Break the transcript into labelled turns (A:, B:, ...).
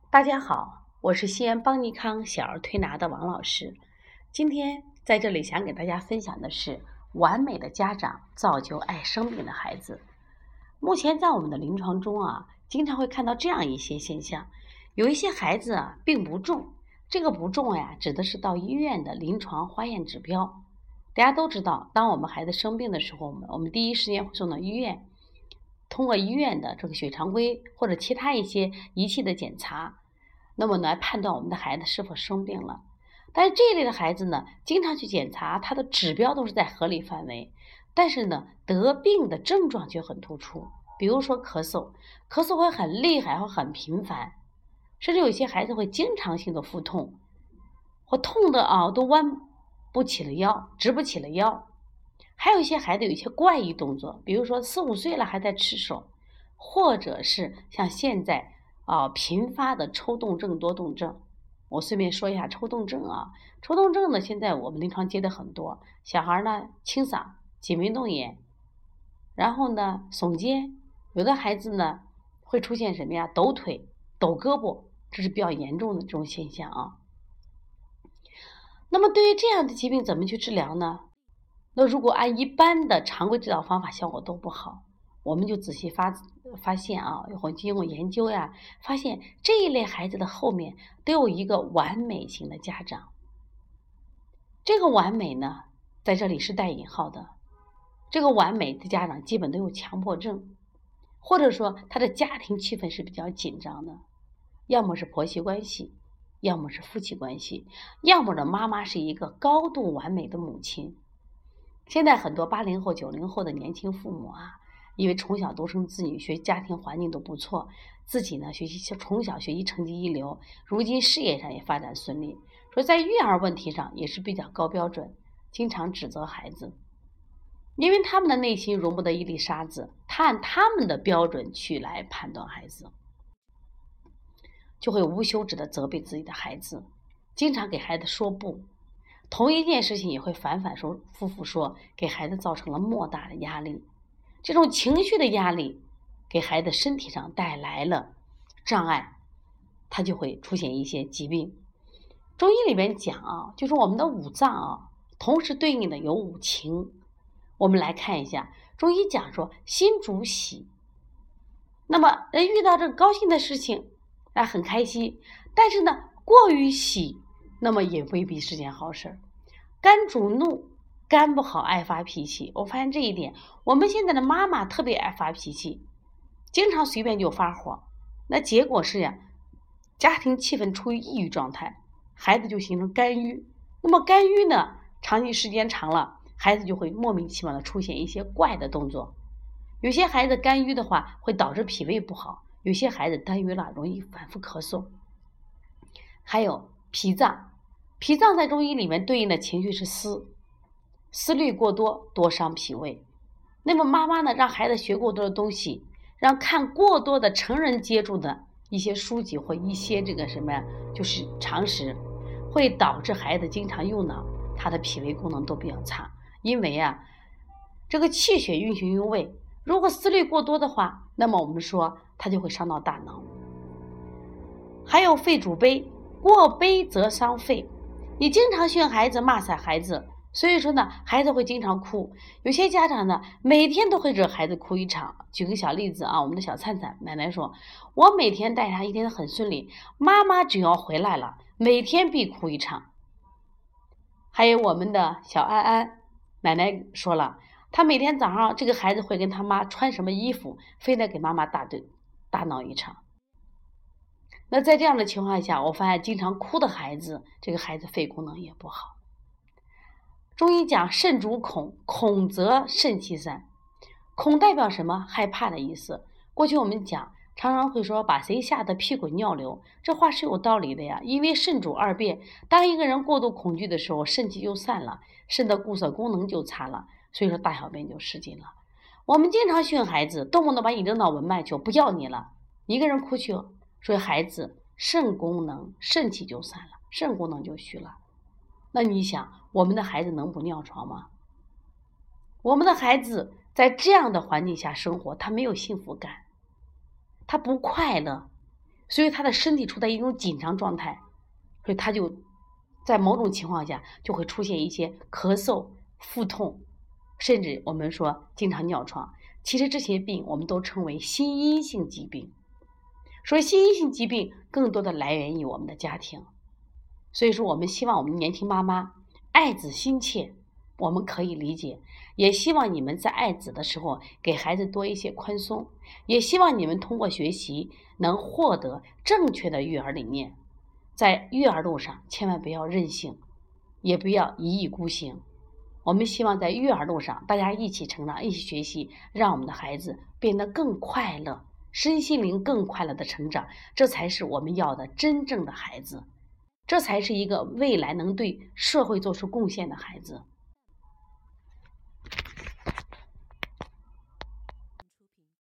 A: 大家好，我是西安邦尼康小儿推拿的王老师。今天在这里想给大家分享的是完美的家长造就爱生病的孩子。目前在我们的临床中经常会看到这样一些现象，有一些孩子病不重，这个不重指的是到医院的临床化验指标。大家都知道，当我们孩子生病的时候，我们第一时间会送到医院，通过医院的这个血常规或者其他一些仪器的检查，那么来判断我们的孩子是否生病了。但是这一类的孩子呢，经常去检查，他的指标都是在合理范围，但是呢，得病的症状却很突出。比如说咳嗽会很厉害，会很频繁，甚至有些孩子会经常性的腹痛，或痛的都弯不起了腰，直不起了腰。还有一些孩子有一些怪异动作，比如说4、5岁了还在吃手，或者是像现在频发的抽动症、多动症。我顺便说一下抽动症抽动症呢，现在我们临床接的很多，小孩呢清嗓、颈运动炎，然后呢耸肩，有的孩子呢会出现什么呀？抖腿、抖胳膊，这是比较严重的这种现象那么对于这样的疾病怎么去治疗呢？那如果按一般的常规治疗方法效果都不好，我们就仔细发现或经过研究发现这一类孩子的后面都有一个完美型的家长。这个完美呢，在这里是带引号的。这个完美的家长基本都有强迫症，或者说他的家庭气氛是比较紧张的，要么是婆媳关系，要么是夫妻关系，要么呢妈妈是一个高度完美的母亲。现在很多80后、90后的年轻父母因为从小独生子女，家庭环境都不错，自己呢从小学习成绩一流，如今事业上也发展顺利，所以在育儿问题上也是比较高标准，经常指责孩子，因为他们的内心容不得一粒沙子，他按他们的标准去来判断孩子，就会无休止的责备自己的孩子，经常给孩子说不，同一件事情也会反复说，给孩子造成了莫大的压力。这种情绪的压力给孩子身体上带来了障碍，他就会出现一些疾病。中医里面讲就是我们的五脏同时对应的有五情。我们来看一下，中医讲说心主喜，那么人遇到这个高兴的事情很开心，但是呢过于喜，那么也未必是件好事。肝主怒，肝不好爱发脾气。我发现这一点，我们现在的妈妈特别爱发脾气，经常随便就发火，那结果是家庭气氛处于抑郁状态，孩子就形成肝郁。那么肝郁呢，长期时间长了，孩子就会莫名其妙的出现一些怪的动作。有些孩子肝郁的话会导致脾胃不好，有些孩子肝郁了容易反复咳嗽。还有脾脏，脾脏在中医里面对应的情绪是思，思虑过多，多伤脾胃。那么妈妈呢，让孩子学过多的东西，让看过多的成人接触的一些书籍或一些就是常识，会导致孩子经常用脑，他的脾胃功能都比较差。因为这个气血运行于胃，如果思虑过多的话，那么我们说他就会伤到大脑。还有肺主悲，过悲则伤肺。你经常训孩子，骂死孩子，所以说呢，孩子会经常哭。有些家长呢，每天都会惹孩子哭一场。举个小例子我们的小灿灿奶奶说，我每天带他一天很顺利，妈妈只要回来了，每天必哭一场。还有我们的小安安奶奶说了，她每天早上这个孩子会跟他妈穿什么衣服，非得给妈妈大闹一场。那在这样的情况下，我发现经常哭的孩子，这个孩子肺功能也不好。中医讲肾主恐，恐则肾气散。恐代表什么？害怕的意思。过去我们讲常常会说把谁吓得屁滚尿流，这话是有道理的因为肾主二变，当一个人过度恐惧的时候，肾气就散了，肾的固摄功能就差了，所以说大小便就失禁了。我们经常训孩子，动不动把你扔到文脉去，不要你了，一个人哭去，所以孩子肾功能肾气就散了，肾功能就虚了。那你想，我们的孩子能不尿床吗？我们的孩子在这样的环境下生活，他没有幸福感，他不快乐， 所以他的身体处在一种紧张状态，所以他就在某种情况下就会出现一些咳嗽、腹痛，甚至我们说经常尿床。其实这些病我们都称为心因性疾病。所以心因性疾病更多的来源于我们的家庭。所以说我们希望我们年轻妈妈爱子心切，我们可以理解，也希望你们在爱子的时候给孩子多一些宽松，也希望你们通过学习能获得正确的育儿理念。在育儿路上千万不要任性，也不要一意孤行。我们希望在育儿路上大家一起成长，一起学习，让我们的孩子变得更快乐，身心灵更快乐的成长，这才是我们要的真正的孩子，这才是一个未来能对社会做出贡献的孩子。